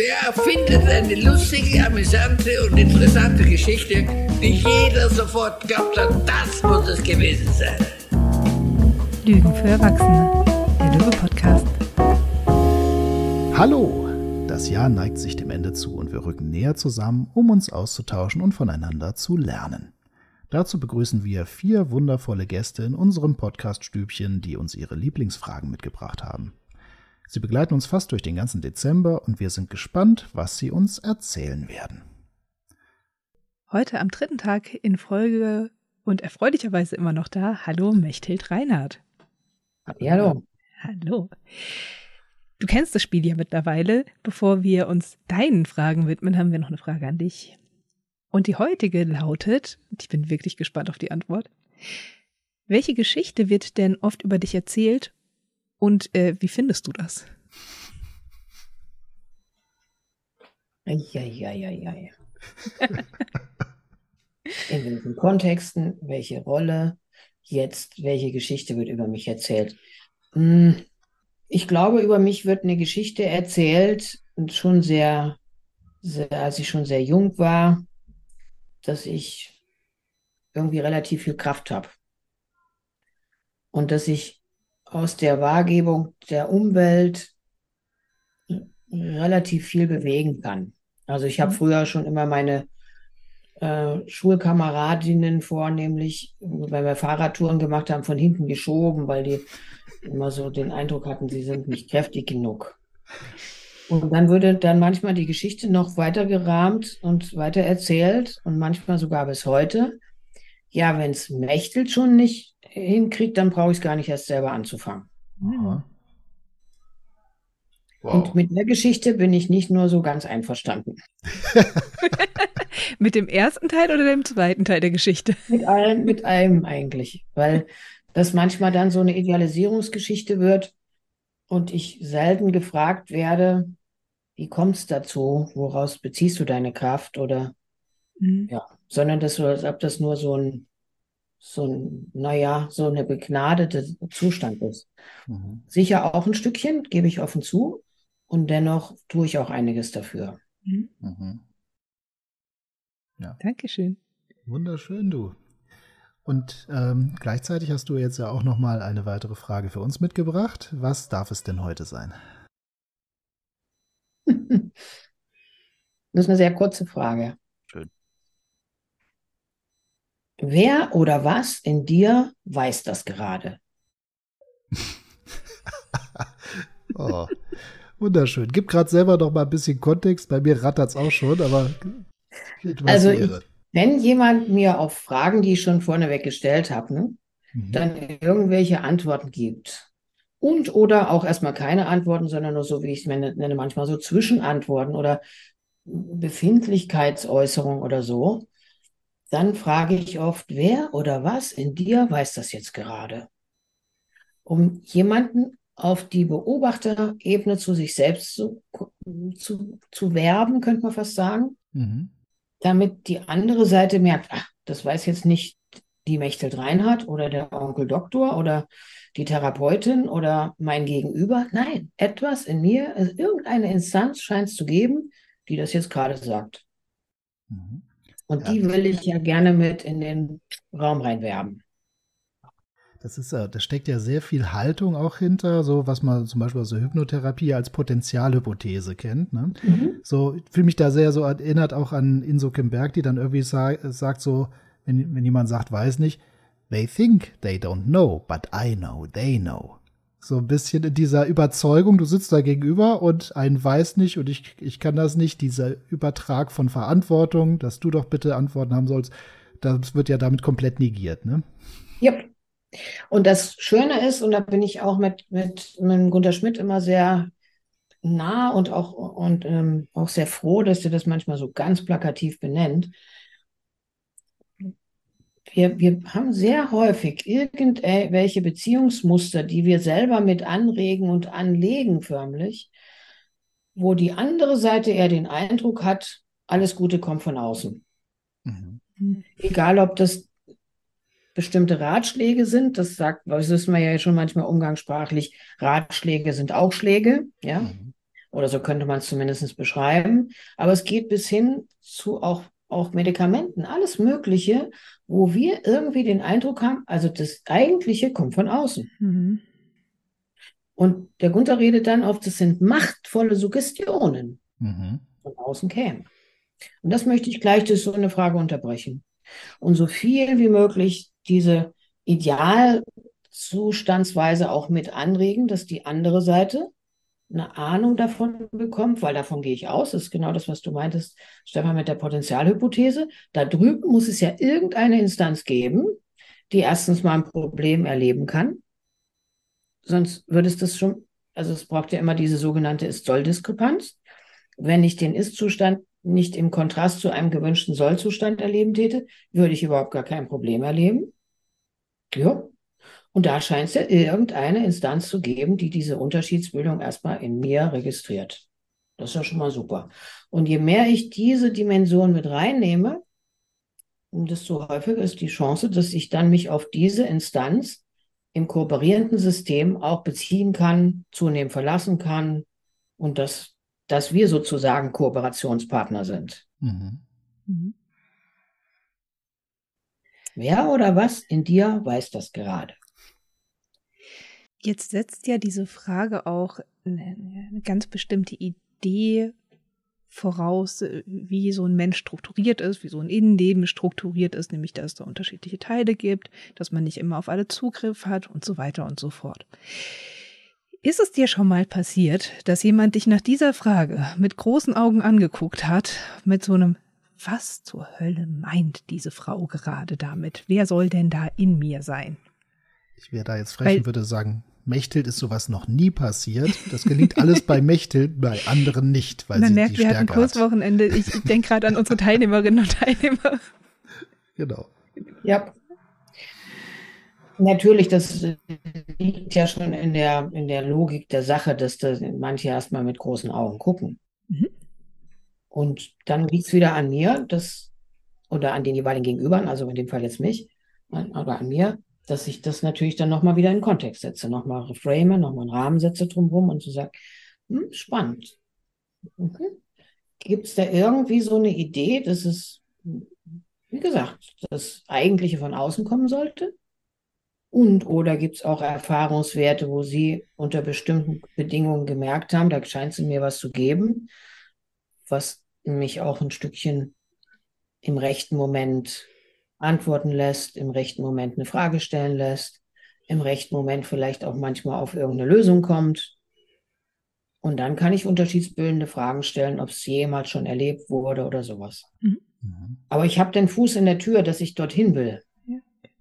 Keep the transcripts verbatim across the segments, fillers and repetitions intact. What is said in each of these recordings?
Der erfindet eine lustige, amüsante und interessante Geschichte, die jeder sofort glaubt hat, das muss es gewesen sein. Lügen für Erwachsene, der Löwe-Podcast. Hallo! Das Jahr neigt sich dem Ende zu und wir rücken näher zusammen, um uns auszutauschen und voneinander zu lernen. Dazu begrüßen wir vier wundervolle Gäste in unserem Podcast-Stübchen, die uns ihre Lieblingsfragen mitgebracht haben. Sie begleiten uns fast durch den ganzen Dezember und wir sind gespannt, was sie uns erzählen werden. Heute am dritten Tag in Folge und erfreulicherweise immer noch da. Hallo, Mechthild Reinhardt. Hallo. Hallo. Du kennst das Spiel ja mittlerweile. Bevor wir uns deinen Fragen widmen, haben wir noch eine Frage an dich. Und die heutige lautet, und ich bin wirklich gespannt auf die Antwort, welche Geschichte wird denn oft über dich erzählt und äh, wie findest du das? Eieieiei. In welchen Kontexten, welche Rolle, jetzt, welche Geschichte wird über mich erzählt? Ich glaube, über mich wird eine Geschichte erzählt, und schon sehr, sehr, als ich schon sehr jung war, dass ich irgendwie relativ viel Kraft habe. Und dass ich aus der Wahrgebung der Umwelt relativ viel bewegen kann. Also ich habe früher schon immer meine äh, Schulkameradinnen vornehmlich, weil wir Fahrradtouren gemacht haben, von hinten geschoben, weil die immer so den Eindruck hatten, sie sind nicht kräftig genug. Und dann würde dann manchmal die Geschichte noch weiter gerahmt und weiter erzählt und manchmal sogar bis heute. Ja, wenn es Mechthild schon nicht hinkriegt, dann brauche ich es gar nicht erst selber anzufangen. Aha. Wow. Und mit der Geschichte bin ich nicht nur so ganz einverstanden. Mit dem ersten Teil oder dem zweiten Teil der Geschichte? Mit allem, mit allem eigentlich, weil das manchmal dann so eine Idealisierungsgeschichte wird und ich selten gefragt werde, wie kommt es dazu, woraus beziehst du deine Kraft oder Mhm. ja, sondern das so, als ob das nur so ein, so ein, naja, so eine begnadete Zustand ist. Mhm. Sicher auch ein Stückchen, gebe ich offen zu, und dennoch tue ich auch einiges dafür. Mhm. Mhm. Ja, Dankeschön. wunderschön, du. Und ähm, gleichzeitig hast du jetzt ja auch noch mal eine weitere Frage für uns mitgebracht. Was darf es denn heute sein? Das ist eine sehr kurze Frage. Schön. Wer oder was in dir weiß das gerade? Oh, wunderschön. Gib gerade selber noch mal ein bisschen Kontext. Bei mir rattert es auch schon, aber du hast Also die ich, Ehre. wenn jemand mir auf Fragen, die ich schon vorneweg gestellt habe, ne, Mhm. dann irgendwelche Antworten gibt und oder auch erstmal keine Antworten, sondern nur so, wie ich es nenne, nenne, manchmal so Zwischenantworten oder Befindlichkeitsäußerung oder so, dann frage ich oft, wer oder was in dir weiß das jetzt gerade? Um jemanden auf die Beobachterebene zu sich selbst zu, zu, zu werben, könnte man fast sagen, Mhm. damit die andere Seite merkt, ach, das weiß jetzt nicht die Mechthild Reinhardt oder der Onkel Doktor oder die Therapeutin oder mein Gegenüber. Nein, etwas in mir, also irgendeine Instanz scheint es zu geben, die das jetzt gerade sagt. Mhm. Und Ja, die das, will ich ja gerne mit in den Raum reinwerben. das ist ja, da steckt ja sehr viel Haltung auch hinter, so was man zum Beispiel aus der Hypnotherapie als Potenzialhypothese kennt. Ne? Mhm. So, ich fühle mich da sehr so erinnert auch an Inso Kim Berg, die dann irgendwie sa- sagt so, wenn, wenn jemand sagt, weiß nicht, they think they don't know, but I know, they know. So ein bisschen in dieser Überzeugung, du sitzt da gegenüber und ein weiß nicht und ich, ich kann das nicht, dieser Übertrag von Verantwortung, dass du doch bitte Antworten haben sollst, das wird ja damit komplett negiert, ne? Yep. Und das Schöne ist, und da bin ich auch mit, mit, mit Gunter Schmidt immer sehr nah und auch, und, ähm, auch sehr froh, dass er das manchmal so ganz plakativ benennt. Wir, wir haben sehr häufig irgendwelche Beziehungsmuster, die wir selber mit anregen und anlegen förmlich, wo die andere Seite eher den Eindruck hat, alles Gute kommt von außen. Mhm. Egal, ob das bestimmte Ratschläge sind, das sagt, das wissen wir ja schon manchmal umgangssprachlich, Ratschläge sind auch Schläge, ja. Mhm. Oder so könnte man es zumindest beschreiben. Aber es geht bis hin zu auch, auch Medikamenten, alles Mögliche, wo wir irgendwie den Eindruck haben, also das Eigentliche kommt von außen. Mhm. Und der Gunther redet dann oft, das sind machtvolle Suggestionen, Mhm. von außen kämen. Und das möchte ich gleich durch so eine Frage unterbrechen. Und so viel wie möglich diese Idealzustandsweise auch mit anregen, dass die andere Seite eine Ahnung davon bekommt, weil davon gehe ich aus, das ist genau das, was du meintest, Stefan, mit der Potentialhypothese. Da drüben muss es ja irgendeine Instanz geben, die erstens mal ein Problem erleben kann. Sonst würde es das schon, also es braucht ja immer diese sogenannte Ist-Soll-Diskrepanz. Wenn ich den Ist-Zustand nicht im Kontrast zu einem gewünschten Soll-Zustand erleben täte, würde ich überhaupt gar kein Problem erleben. Ja. Und da scheint es ja irgendeine Instanz zu geben, die diese Unterschiedsbildung erstmal in mir registriert. Das ist ja schon mal super. Und je mehr ich diese Dimension mit reinnehme, desto häufiger ist die Chance, dass ich dann mich auf diese Instanz im kooperierenden System auch beziehen kann, zunehmend verlassen kann und dass, dass wir sozusagen Kooperationspartner sind. Mhm. Mhm. Wer oder was in dir weiß das gerade? Jetzt setzt ja diese Frage auch eine, eine ganz bestimmte Idee voraus, wie so ein Mensch strukturiert ist, wie so ein Innenleben strukturiert ist, nämlich dass es da unterschiedliche Teile gibt, dass man nicht immer auf alle Zugriff hat und so weiter und so fort. Ist es dir schon mal passiert, dass jemand dich nach dieser Frage mit großen Augen angeguckt hat, mit so einem, was zur Hölle meint diese Frau gerade damit? Wer soll denn da in mir sein? Ich wäre da jetzt frech und würde sagen, Mechthild ist sowas noch nie passiert. Das gelingt alles bei Mechthild, bei anderen nicht, weil Man sie merkt, die wir Stärke hatten Kurswochenende. Ich, ich denke gerade an unsere Teilnehmerinnen und Teilnehmer. hat. Genau. Ja. Natürlich, das liegt ja schon in der, in der Logik der Sache, dass da manche erstmal mit großen Augen gucken. Mhm. Und dann liegt es wieder an mir, dass, oder an den jeweiligen Gegenübern, also in dem Fall jetzt mich, oder an mir, dass ich das natürlich dann nochmal wieder in den Kontext setze, nochmal reframe, nochmal einen Rahmen setze drumherum und so sage, hm, spannend. Okay. Gibt es da irgendwie so eine Idee, dass es, wie gesagt, das Eigentliche von außen kommen sollte? Und oder gibt es auch Erfahrungswerte, wo Sie unter bestimmten Bedingungen gemerkt haben, da scheint es mir was zu geben, was mich auch ein Stückchen im rechten Moment antworten lässt, im rechten Moment eine Frage stellen lässt, im rechten Moment vielleicht auch manchmal auf irgendeine Lösung kommt. Und dann kann ich unterschiedsbildende Fragen stellen, ob es jemals schon erlebt wurde oder sowas. Mhm. Aber ich habe den Fuß in der Tür, dass ich dorthin will. Ja.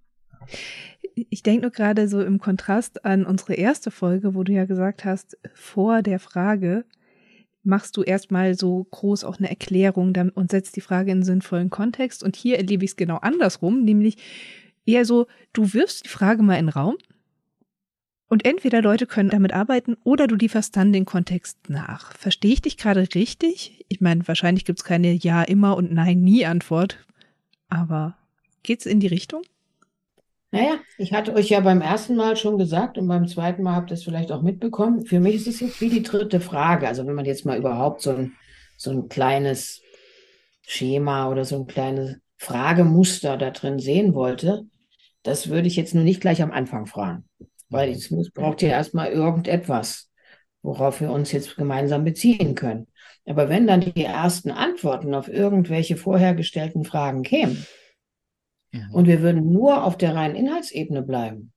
Ich denke nur gerade so im Kontrast an unsere erste Folge, wo du ja gesagt hast, vor der Frage machst du erstmal so groß auch eine Erklärung und setzt die Frage in einen sinnvollen Kontext. Und hier erlebe ich es genau andersrum, nämlich eher so, du wirfst die Frage mal in den Raum und entweder Leute können damit arbeiten oder du lieferst dann den Kontext nach. Verstehe ich dich gerade richtig? Ich meine, wahrscheinlich gibt es keine Ja, immer und Nein, nie Antwort, aber geht's in die Richtung? Naja, ich hatte euch ja beim ersten Mal schon gesagt und beim zweiten Mal habt ihr es vielleicht auch mitbekommen. Für mich ist es jetzt wie die dritte Frage. Also wenn man jetzt mal überhaupt so ein, so ein kleines Schema oder so ein kleines Fragemuster da drin sehen wollte, das würde ich jetzt nur nicht gleich am Anfang fragen. Weil es braucht ja erstmal irgendetwas, worauf wir uns jetzt gemeinsam beziehen können. Aber wenn dann die ersten Antworten auf irgendwelche vorhergestellten Fragen kämen, und wir würden nur auf der reinen Inhaltsebene bleiben,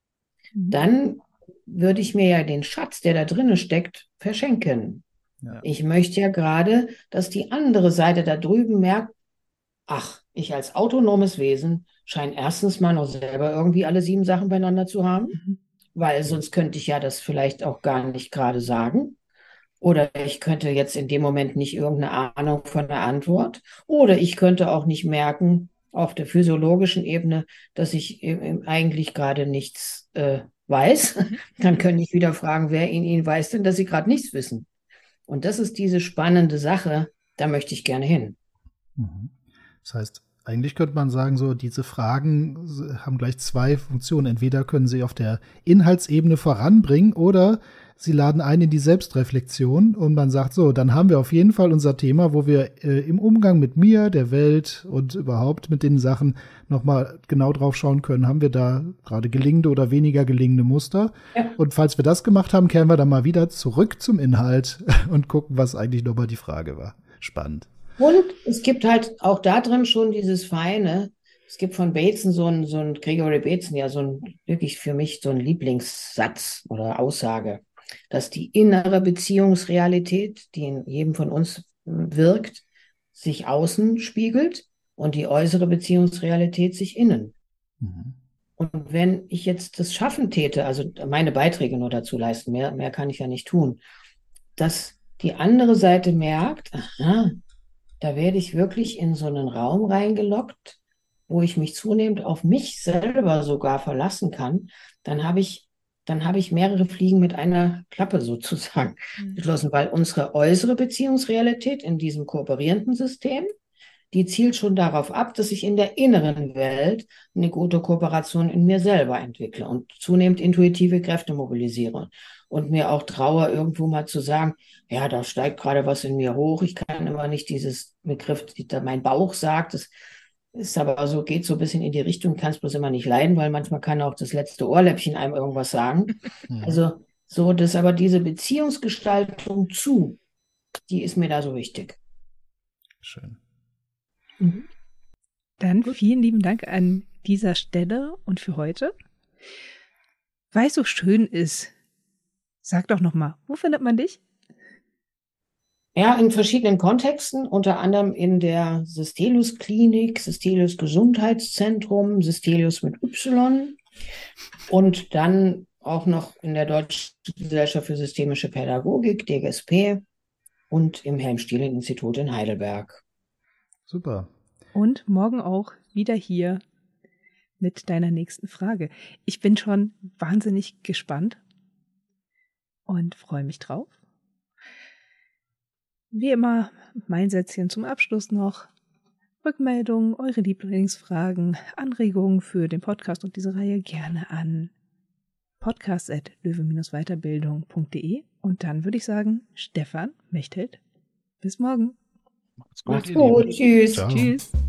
dann würde ich mir ja den Schatz, der da drin steckt, verschenken. Ja. Ich möchte ja gerade, dass die andere Seite da drüben merkt, ach, ich als autonomes Wesen scheine erstens mal noch selber irgendwie alle sieben Sachen beieinander zu haben, mhm. weil sonst könnte ich ja das vielleicht auch gar nicht gerade sagen. Oder ich könnte jetzt in dem Moment nicht irgendeine Ahnung von der Antwort. Oder ich könnte auch nicht merken, auf der physiologischen Ebene, dass ich eigentlich gerade nichts äh, weiß. Dann könnte ich wieder fragen, wer in Ihnen weiß denn, dass Sie gerade nichts wissen. Und das ist diese spannende Sache, da möchte ich gerne hin. Das heißt, eigentlich könnte man sagen, so diese Fragen haben gleich zwei Funktionen. Entweder können sie auf der Inhaltsebene voranbringen oder Sie laden ein in die Selbstreflexion und man sagt so, dann haben wir auf jeden Fall unser Thema, wo wir äh, im Umgang mit mir, der Welt und überhaupt mit den Sachen nochmal genau drauf schauen können, haben wir da gerade gelingende oder weniger gelingende Muster. Ja. Und falls wir das gemacht haben, kehren wir dann mal wieder zurück zum Inhalt und gucken, was eigentlich nochmal die Frage war. Spannend. Und es gibt halt auch da drin schon dieses Feine. Es gibt von Bateson so ein, so ein Gregory Bateson, ja, so ein wirklich für mich so ein Lieblingssatz oder Aussage, dass die innere Beziehungsrealität, die in jedem von uns wirkt, sich außen spiegelt und die äußere Beziehungsrealität sich innen. Mhm. Und wenn ich jetzt das schaffen täte, also meine Beiträge nur dazu leisten, mehr, mehr kann ich ja nicht tun, dass die andere Seite merkt, aha, da werde ich wirklich in so einen Raum reingelockt, wo ich mich zunehmend auf mich selber sogar verlassen kann, dann habe ich dann habe ich mehrere Fliegen mit einer Klappe sozusagen geschlossen, mhm. weil unsere äußere Beziehungsrealität in diesem kooperierenden System, die zielt schon darauf ab, dass ich in der inneren Welt eine gute Kooperation in mir selber entwickle und zunehmend intuitive Kräfte mobilisiere und mir auch traue, irgendwo mal zu sagen, ja, da steigt gerade was in mir hoch, ich kann immer nicht dieses Begriff, mein Bauch sagt, das ist aber so, geht so ein bisschen in die Richtung, kann es bloß immer nicht leiden, weil manchmal kann auch das letzte Ohrläppchen einem irgendwas sagen. Mhm. Also so, dass aber diese Beziehungsgestaltung zu, die ist mir da so wichtig. Schön. Mhm. Dann Gut. Vielen lieben Dank an dieser Stelle und für heute. Weil es so schön ist, sag doch nochmal, wo findet man dich? Ja, in verschiedenen Kontexten, unter anderem in der Sistelius Klinik, Sistelius Gesundheitszentrum, Sistelius mit Y und dann auch noch in der Deutschen Gesellschaft für Systemische Pädagogik, D G S P und im Helmstielen-Institut in Heidelberg. Super. Und morgen auch wieder hier mit deiner nächsten Frage. Ich bin schon wahnsinnig gespannt und freue mich drauf. Wie immer, mein Sätzchen zum Abschluss noch. Rückmeldungen, eure Lieblingsfragen, Anregungen für den Podcast und diese Reihe gerne an podcast at löwe Bindestrich weiterbildung punkt de. Und dann würde ich sagen, Stefan Mechthild, bis morgen. Macht's gut. Macht's gut. Tschüss. Tschüss.